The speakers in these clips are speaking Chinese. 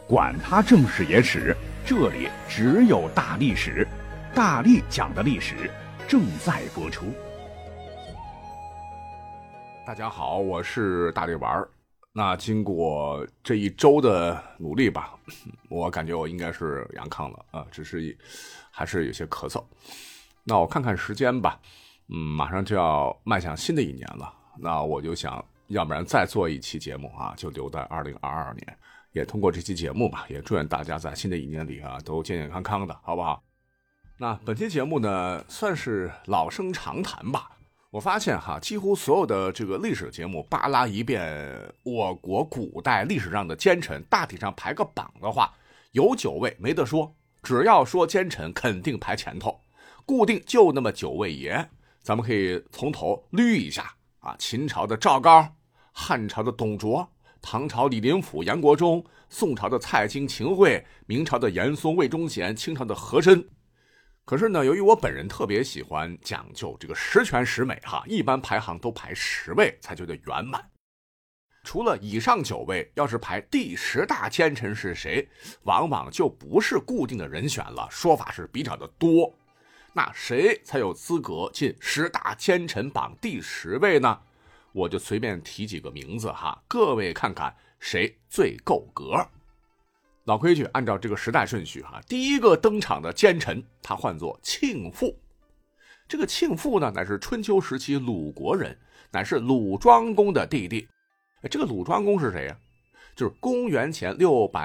管他正史野史，这里只有大历史，大力讲的历史正在播出。 大家好，我是大力丸。那经过这一周的努力吧，我感觉我应该是阳康了啊，只是还是有些咳嗽。那我看看时间吧，马上就要迈向新的一年了。那我就想，要不然再做一期节目啊，就留在2022年。也通过这期节目吧，也祝愿大家在新的一年里啊，都健健康康的，好不好？那本期节目呢，算是老生常谈吧。我发现哈，几乎所有的这个历史节目扒拉一遍我国古代历史上的奸臣，大体上排个榜的话，有9位没得说，只要说奸臣肯定排前头，固定就那么9位爷。咱们可以从头捋一下啊，秦朝的赵高，汉朝的董卓，唐朝李林甫、杨国忠，宋朝的蔡京、秦桧，明朝的严嵩、魏忠贤，清朝的和珅。可是呢，由于我本人特别喜欢讲究这个十全十美哈，一般排行都排10位才觉得圆满。除了以上9位，要是排第10大奸臣是谁，往往就不是固定的人选了，说法是比较的多。那谁才有资格进10大奸臣榜第10位呢？我就随便提几个名字哈，各位看看谁最够格。老规矩，按照这个时代顺序哈，第一个登场的奸臣，他唤作庆父。这个庆父呢，乃是春秋时期鲁国人，乃是鲁庄公的弟弟。这个鲁庄公是谁呀？就是公元前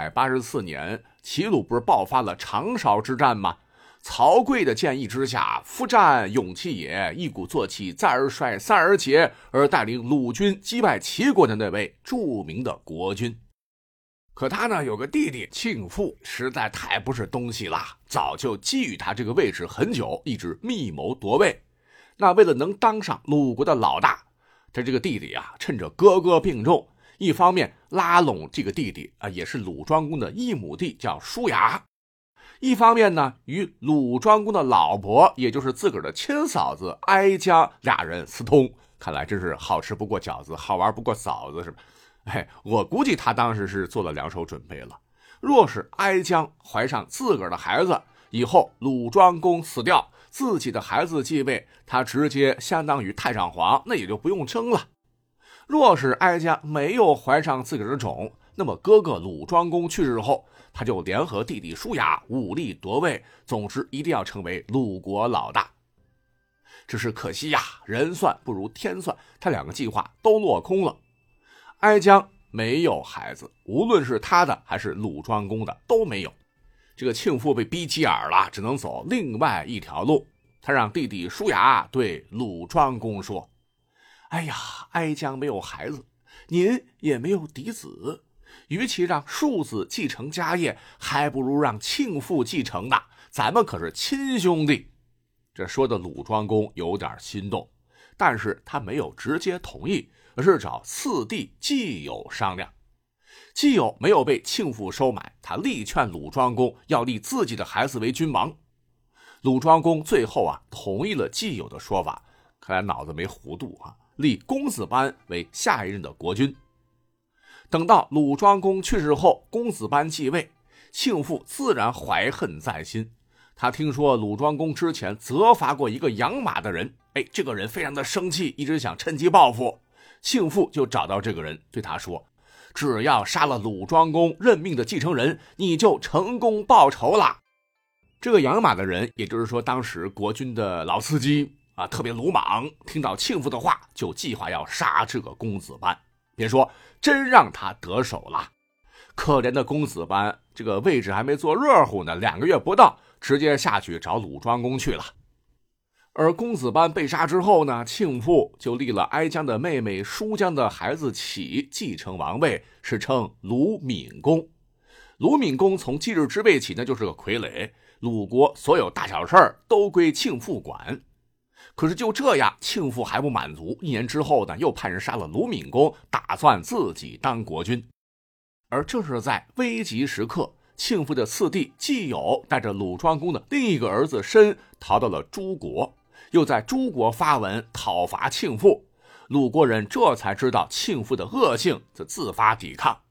684年，齐鲁不是爆发了长勺之战吗？曹刿的建议之下，夫战勇气也，一鼓作气，再而衰，三而竭，而带领鲁军击败齐国的那位著名的国君。可他呢有个弟弟庆父，实在太不是东西了，早就觊觎他这个位置很久，一直密谋夺位。那为了能当上鲁国的老大，他这个弟弟啊，趁着哥哥病重，一方面拉拢这个弟弟啊，也是鲁庄公的异母弟，叫叔牙；一方面呢，与鲁庄公的老婆，也就是自个儿的亲嫂子哀姜俩人私通。看来真是好吃不过饺子，好玩不过嫂子，是吧？我估计他当时是做了2手准备了。若是哀姜怀上自个儿的孩子，以后鲁庄公死掉，自己的孩子继位，他直接相当于太上皇，那也就不用争了。若是哀姜没有怀上自个儿的种，那么哥哥鲁庄公去世后，他就联合弟弟叔牙武力夺位，总之一定要成为鲁国老大。只是可惜呀，人算不如天算，他2个计划都落空了。哀姜没有孩子，无论是他的还是鲁庄公的都没有。这个庆父被逼急眼了，只能走另外一条路。他让弟弟叔牙对鲁庄公说：哎呀，哀姜没有孩子，您也没有嫡子，与其让庶子继承家业，还不如让庆父继承呢，咱们可是亲兄弟。这说的鲁庄公有点心动，但是他没有直接同意，而是找次弟季友商量。季友没有被庆父收买，他力劝鲁庄公要立自己的孩子为君王。鲁庄公最后同意了季友的说法，看来脑子没糊涂立公子班为下一任的国君。等到鲁庄公去世后，公子班继位，庆父自然怀恨在心。他听说鲁庄公之前责罚过一个养马的人，这个人非常的生气，一直想趁机报复。庆父就找到这个人，对他说：只要杀了鲁庄公任命的继承人，你就成功报仇了。这个养马的人，也就是说当时国君的老司机特别鲁莽，听到庆父的话，就计划要杀这个公子班。别说真让他得手了，可怜的公子班这个位置还没坐热乎呢，2个月不到，直接下去找鲁庄公去了。而公子班被杀之后呢，庆父就立了哀姜的妹妹叔姜的孩子启继承王位，是称鲁闵公。鲁闵公从继日之位起呢，就是个傀儡，鲁国所有大小事儿都归庆父管。可是就这样，庆父还不满足，1年之后呢，又派人杀了鲁闵公，打算自己当国君。而正是在危急时刻，庆父的次弟季友带着鲁庄公的另一个儿子申逃到了诸国，又在诸国发文讨伐庆父。鲁国人这才知道庆父的恶性，就自发抵抗。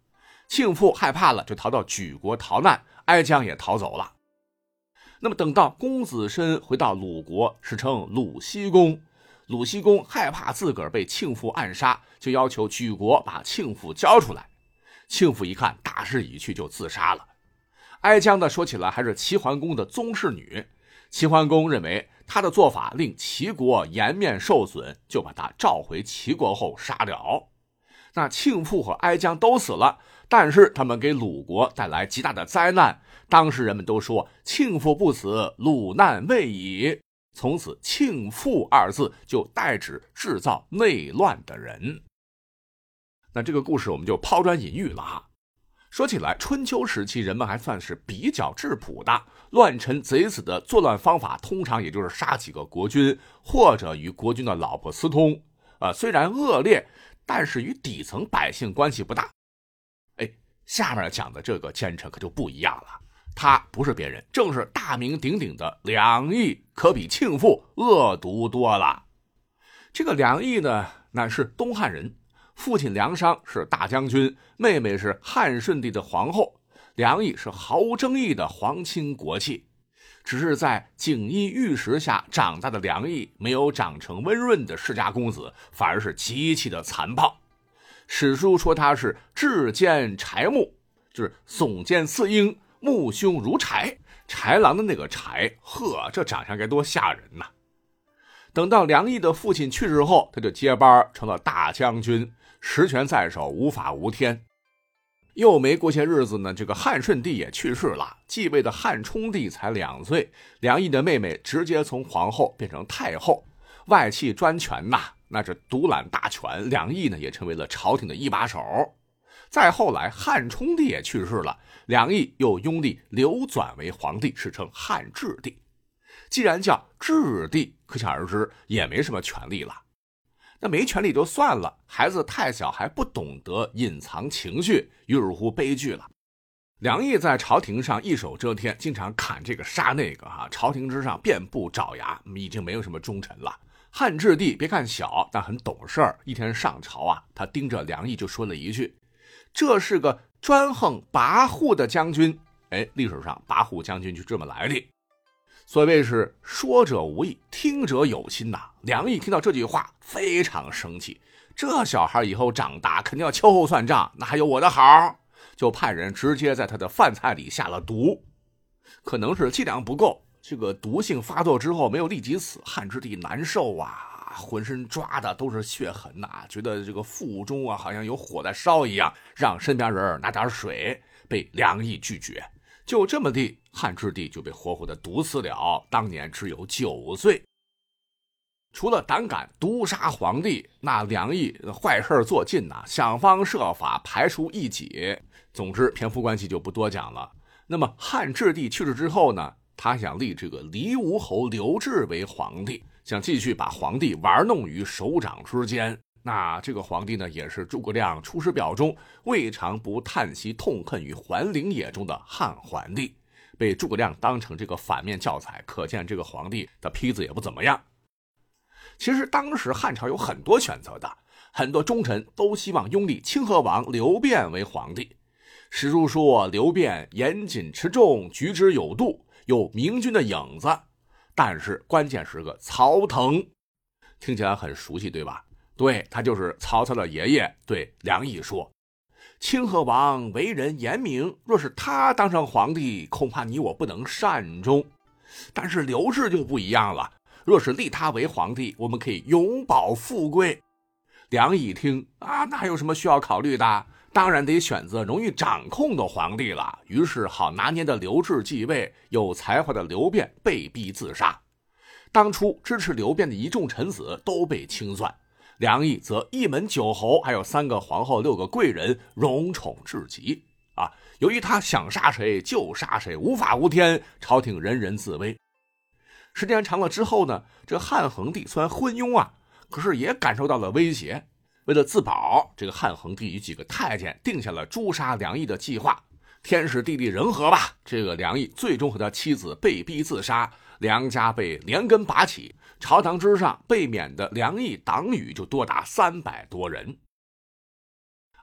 庆父害怕了，就逃到莒国逃难，哀姜也逃走了。那么等到公子申回到鲁国，史称鲁僖公。鲁僖公害怕自个儿被庆父暗杀，就要求莒国把庆父交出来。庆父一看大势已去，就自杀了。哀姜的说起来还是齐桓公的宗室女，齐桓公认为他的做法令齐国颜面受损，就把他召回齐国后杀了。那庆父和哀姜都死了，但是他们给鲁国带来极大的灾难，当时人们都说庆父不死，鲁难未已。从此庆父二字就代指制造内乱的人。那这个故事我们就抛砖引玉了哈。说起来，春秋时期人们还算是比较质朴的，乱臣贼子的作乱方法通常也就是杀几个国君，或者与国君的老婆私通。虽然恶劣，但是与底层百姓关系不大。下面讲的这个奸臣可就不一样了，他不是别人，正是大名鼎鼎的梁毅，可比庆父恶毒多了。这个梁毅呢，乃是东汉人，父亲梁商是大将军，妹妹是汉顺帝的皇后。梁毅是毫无争议的皇亲国戚，只是在锦衣玉食下长大的梁毅没有长成温润的世家公子，反而是极其的残暴。史书说他是志坚柴木，就是耸肩似鹰，目胸如豺，豺狼的那个豺，这长相该多吓人呐！等到梁毅的父亲去世后，他就接班成了大将军，实权在手，无法无天。又没过些日子呢，这个汉顺帝也去世了，继位的汉冲帝才2岁，梁毅的妹妹直接从皇后变成太后，外戚专权呐，那是独揽大权，梁毅呢也成为了朝廷的一把手。再后来汉冲帝也去世了，梁毅又拥立刘纂为皇帝，史称汉质帝。既然叫质帝，可想而知也没什么权力了。那没权力就算了，孩子太小还不懂得隐藏情绪，于是乎悲剧了。梁毅在朝廷上一手遮天，经常砍这个杀那个朝廷之上遍布爪牙，已经没有什么忠臣了。汉质帝别看小，但很懂事儿。一天上朝他盯着梁毅就说了一句：“这是个专横跋扈的将军。”历史上跋扈将军就这么来的。所谓是说者无意，听者有心呐。梁毅听到这句话非常生气，这小孩以后长大肯定要秋后算账，那还有我的好，就派人直接在他的饭菜里下了毒。可能是剂量不够，这个毒性发作之后没有立即死，汉质帝难受浑身抓的都是血痕觉得这个腹中好像有火在烧一样，让身边人拿点水，被梁毅拒绝。就这么地，汉质帝就被活活的毒死了，当年只有9岁。除了胆敢毒杀皇帝，那梁毅坏事做尽想方设法排除异己。总之篇幅关系就不多讲了。那么汉质帝去世之后呢，他想立这个黎吴侯刘志为皇帝，想继续把皇帝玩弄于手掌之间。那这个皇帝呢，也是诸葛亮《出师表》中未尝不叹息痛恨于桓灵野中的汉桓帝，被诸葛亮当成这个反面教材，可见这个皇帝的坯子也不怎么样。其实当时汉朝有很多选择的，很多忠臣都希望拥立清河王刘辩为皇帝。史书说刘辩严谨持重，举止有度，有明君的影子，但是关键是个曹腾。听起来很熟悉对吧？对，他就是曹操的爷爷，对梁毅说：“清河王为人严明，若是他当上皇帝，恐怕你我不能善终。但是刘志就不一样了，若是立他为皇帝，我们可以永保富贵。”梁毅一听那有什么需要考虑的？当然得选择容易掌控的皇帝了。于是好拿捏的刘志继位，有才华的刘辩被逼自杀。当初支持刘辩的一众臣子都被清算，梁毅则一门9侯，还有3个皇后、6个贵人，荣宠至极由于他想杀谁就杀谁，无法无天，朝廷人人自危。时间长了之后呢，这汉桓帝虽然昏庸可是也感受到了威胁。为了自保，这个汉桓帝与几个太监定下了诛杀梁毅的计划。天时地利人和吧，这个梁毅最终和他妻子被逼自杀，梁家被连根拔起，朝堂之上被免的梁毅党羽就多达300多人。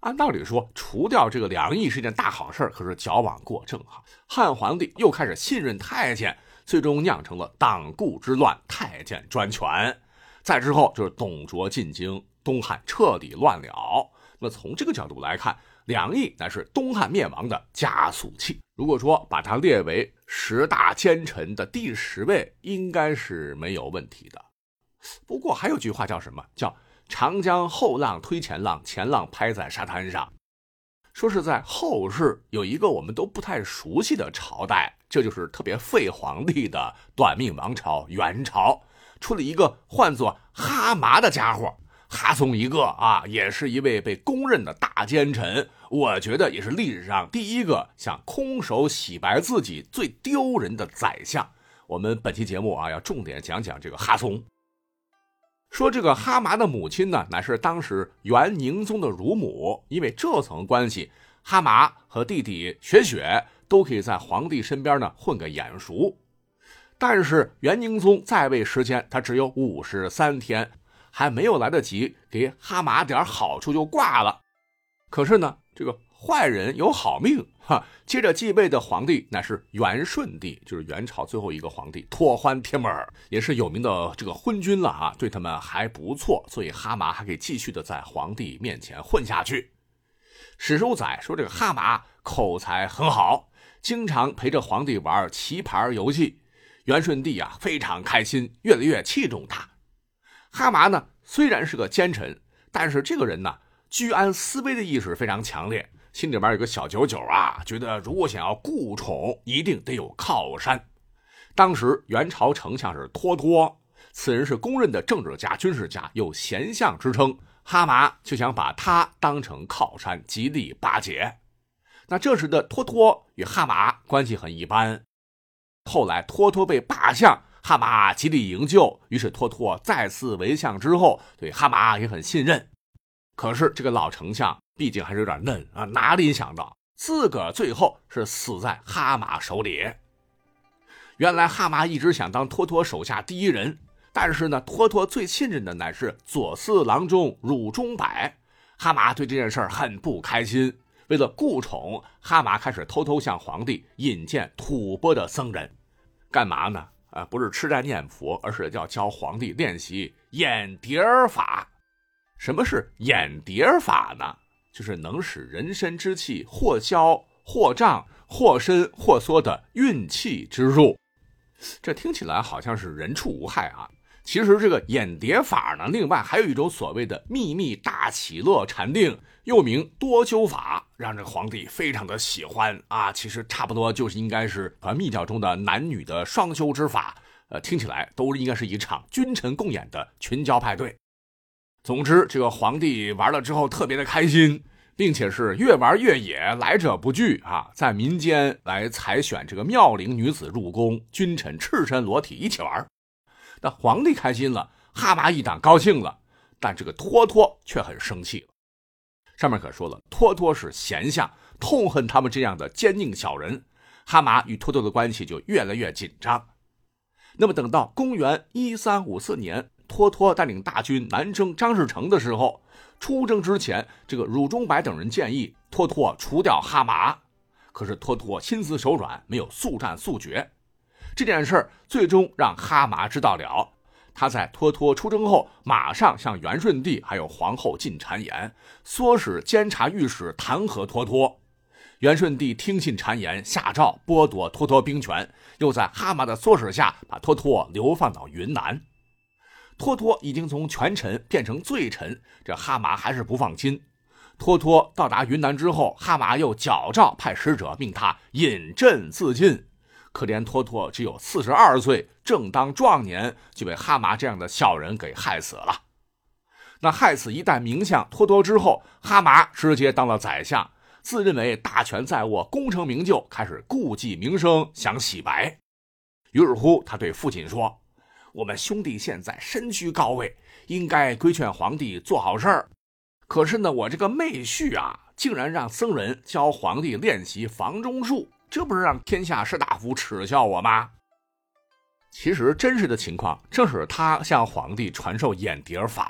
按道理说，除掉这个梁毅是件大好事，可是矫枉过正哈。汉皇帝又开始信任太监，最终酿成了党锢之乱，太监专权。再之后就是董卓进京，东汉彻底乱了。那么从这个角度来看，梁毅乃是东汉灭亡的加速器。如果说把他列为10大奸臣的第10位，应该是没有问题的。不过还有句话叫什么？叫长江后浪推前浪，前浪拍在沙滩上。说是在后世有一个我们都不太熟悉的朝代，这就是特别废皇帝的短命王朝元朝，出了一个唤作哈麻的家伙。哈松一个啊，也是一位被公认的大奸臣，我觉得也是历史上第一个想空手洗白自己最丢人的宰相。我们本期节目啊，要重点讲讲这个哈松。说这个哈麻的母亲呢，乃是当时元宁宗的乳母，因为这层关系，哈麻和弟弟雪雪都可以在皇帝身边呢混个眼熟。但是元宁宗在位时间他只有53天，还没有来得及给哈麻点好处就挂了。可是呢，这个坏人有好命接着继位的皇帝乃是元顺帝，就是元朝最后一个皇帝拓欢帖木儿，也是有名的这个昏君了啊，对他们还不错，所以哈麻还可以继续的在皇帝面前混下去。史书载说这个哈麻口才很好，经常陪着皇帝玩棋盘游戏，元顺帝啊非常开心，越来越器重他。哈麻呢虽然是个奸臣，但是这个人呢居安思危的意识非常强烈，心里边有个小九九啊，觉得如果想要固宠，一定得有靠山。当时元朝丞相是脱脱，此人是公认的政治家、军事家，有贤相之称。哈麻就想把他当成靠山，极力巴结。那这时的脱脱与哈麻关系很一般，后来脱脱被罢相，哈麻极力营救，于是脱脱再次为相之后，对哈麻也很信任。可是这个老丞相毕竟还是有点嫩啊，哪里想到自个儿最后是死在哈麻手里。原来哈麻一直想当脱脱手下第一人，但是呢，脱脱最信任的乃是左侍郎中汝中柏。哈麻对这件事很不开心，为了顾宠，哈麻开始偷偷向皇帝引荐吐蕃的僧人。干嘛呢？不是吃斋念佛，而是要教皇帝练习眼蝶法。什么是眼蝶法呢？就是能使人身之气或消或胀或伸或缩的运气之术。这听起来好像是人畜无害啊，其实这个眼蝶法呢，另外还有一种所谓的秘密大喜乐禅定，又名多修法，让这个皇帝非常的喜欢啊。其实差不多就是应该是密教中的男女的双修之法，听起来都应该是一场君臣共演的群交派对。总之这个皇帝玩了之后特别的开心，并且是越玩越野，来者不拒啊，在民间来采选这个妙龄女子入宫，君臣赤身裸体一起玩。那皇帝开心了，哈麻一党高兴了，但这个脱脱却很生气了。上面可说了，脱脱是贤相，痛恨他们这样的奸佞小人，哈麻与脱脱的关系就越来越紧张。那么等到公元1354年，脱脱带领大军南征张士诚的时候，出征之前，这个汝中柏等人建议脱脱除掉哈麻，可是脱脱心慈手软，没有速战速决。这件事最终让哈麻知道了，他在脱脱出征后，马上向元顺帝还有皇后进谗言，唆使监察御史弹劾脱脱。元顺帝听信谗言，下诏剥夺脱脱兵权，又在哈麻的唆使下把脱脱流放到云南。脱脱已经从权臣变成罪臣，这哈麻还是不放心。脱脱到达云南之后，哈麻又矫诏派使者命他引阵自尽。可怜脱脱只有42岁，正当壮年，就被哈麻这样的小人给害死了。那害死一代名相脱脱之后，哈麻直接当了宰相，自认为大权在握，功成名就，开始顾忌名声，想洗白。于是乎他对父亲说，我们兄弟现在身居高位，应该规劝皇帝做好事儿。可是呢，我这个妹婿啊，竟然让僧人教皇帝练习房中术，这不是让天下士大夫耻笑我吗？其实真实的情况正是他向皇帝传授眼蝶法，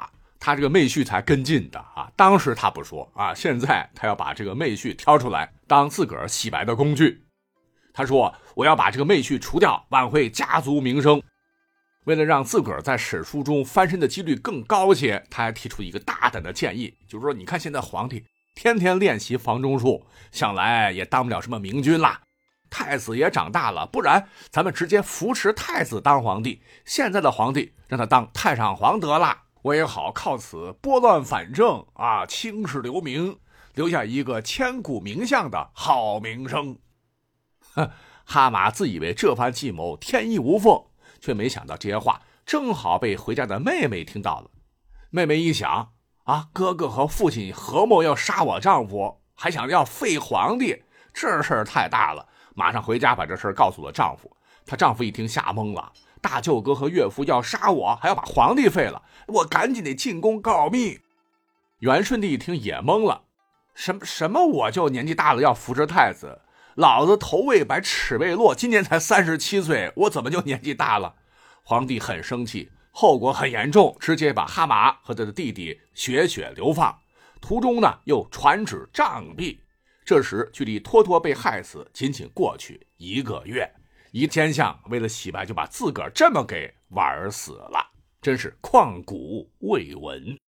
他这个妹婿才跟进的啊。当时他不说啊，现在他要把这个妹婿挑出来当自个儿洗白的工具。他说我要把这个妹婿除掉，挽回家族名声。为了让自个儿在史书中翻身的几率更高些，他还提出一个大胆的建议，就是说你看现在皇帝天天练习房中术，想来也当不了什么明君啦。太子也长大了，不然咱们直接扶持太子当皇帝，现在的皇帝让他当太上皇得了，我也好靠此拨乱反正啊，青史留名，留下一个千古名相的好名声。哈马自以为这番计谋天衣无缝，却没想到这些话正好被回家的妹妹听到了。妹妹一想啊，哥哥和父亲合谋要杀我丈夫，还想要废皇帝，这事儿太大了，马上回家把这事儿告诉了丈夫。她丈夫一听吓懵了，大舅哥和岳父要杀我，还要把皇帝废了，我赶紧得进宫告密。元顺帝一听也懵了，什么我就年纪大了要扶持太子，老子头未白齿未落，今年才37岁，我怎么就年纪大了？皇帝很生气，后果很严重，直接把哈马和他的弟弟血流放，途中呢又传旨杖毙。这时距离托托被害死仅仅过去1个月，一天相为了洗白就把自个儿这么给玩死了，真是旷古未闻。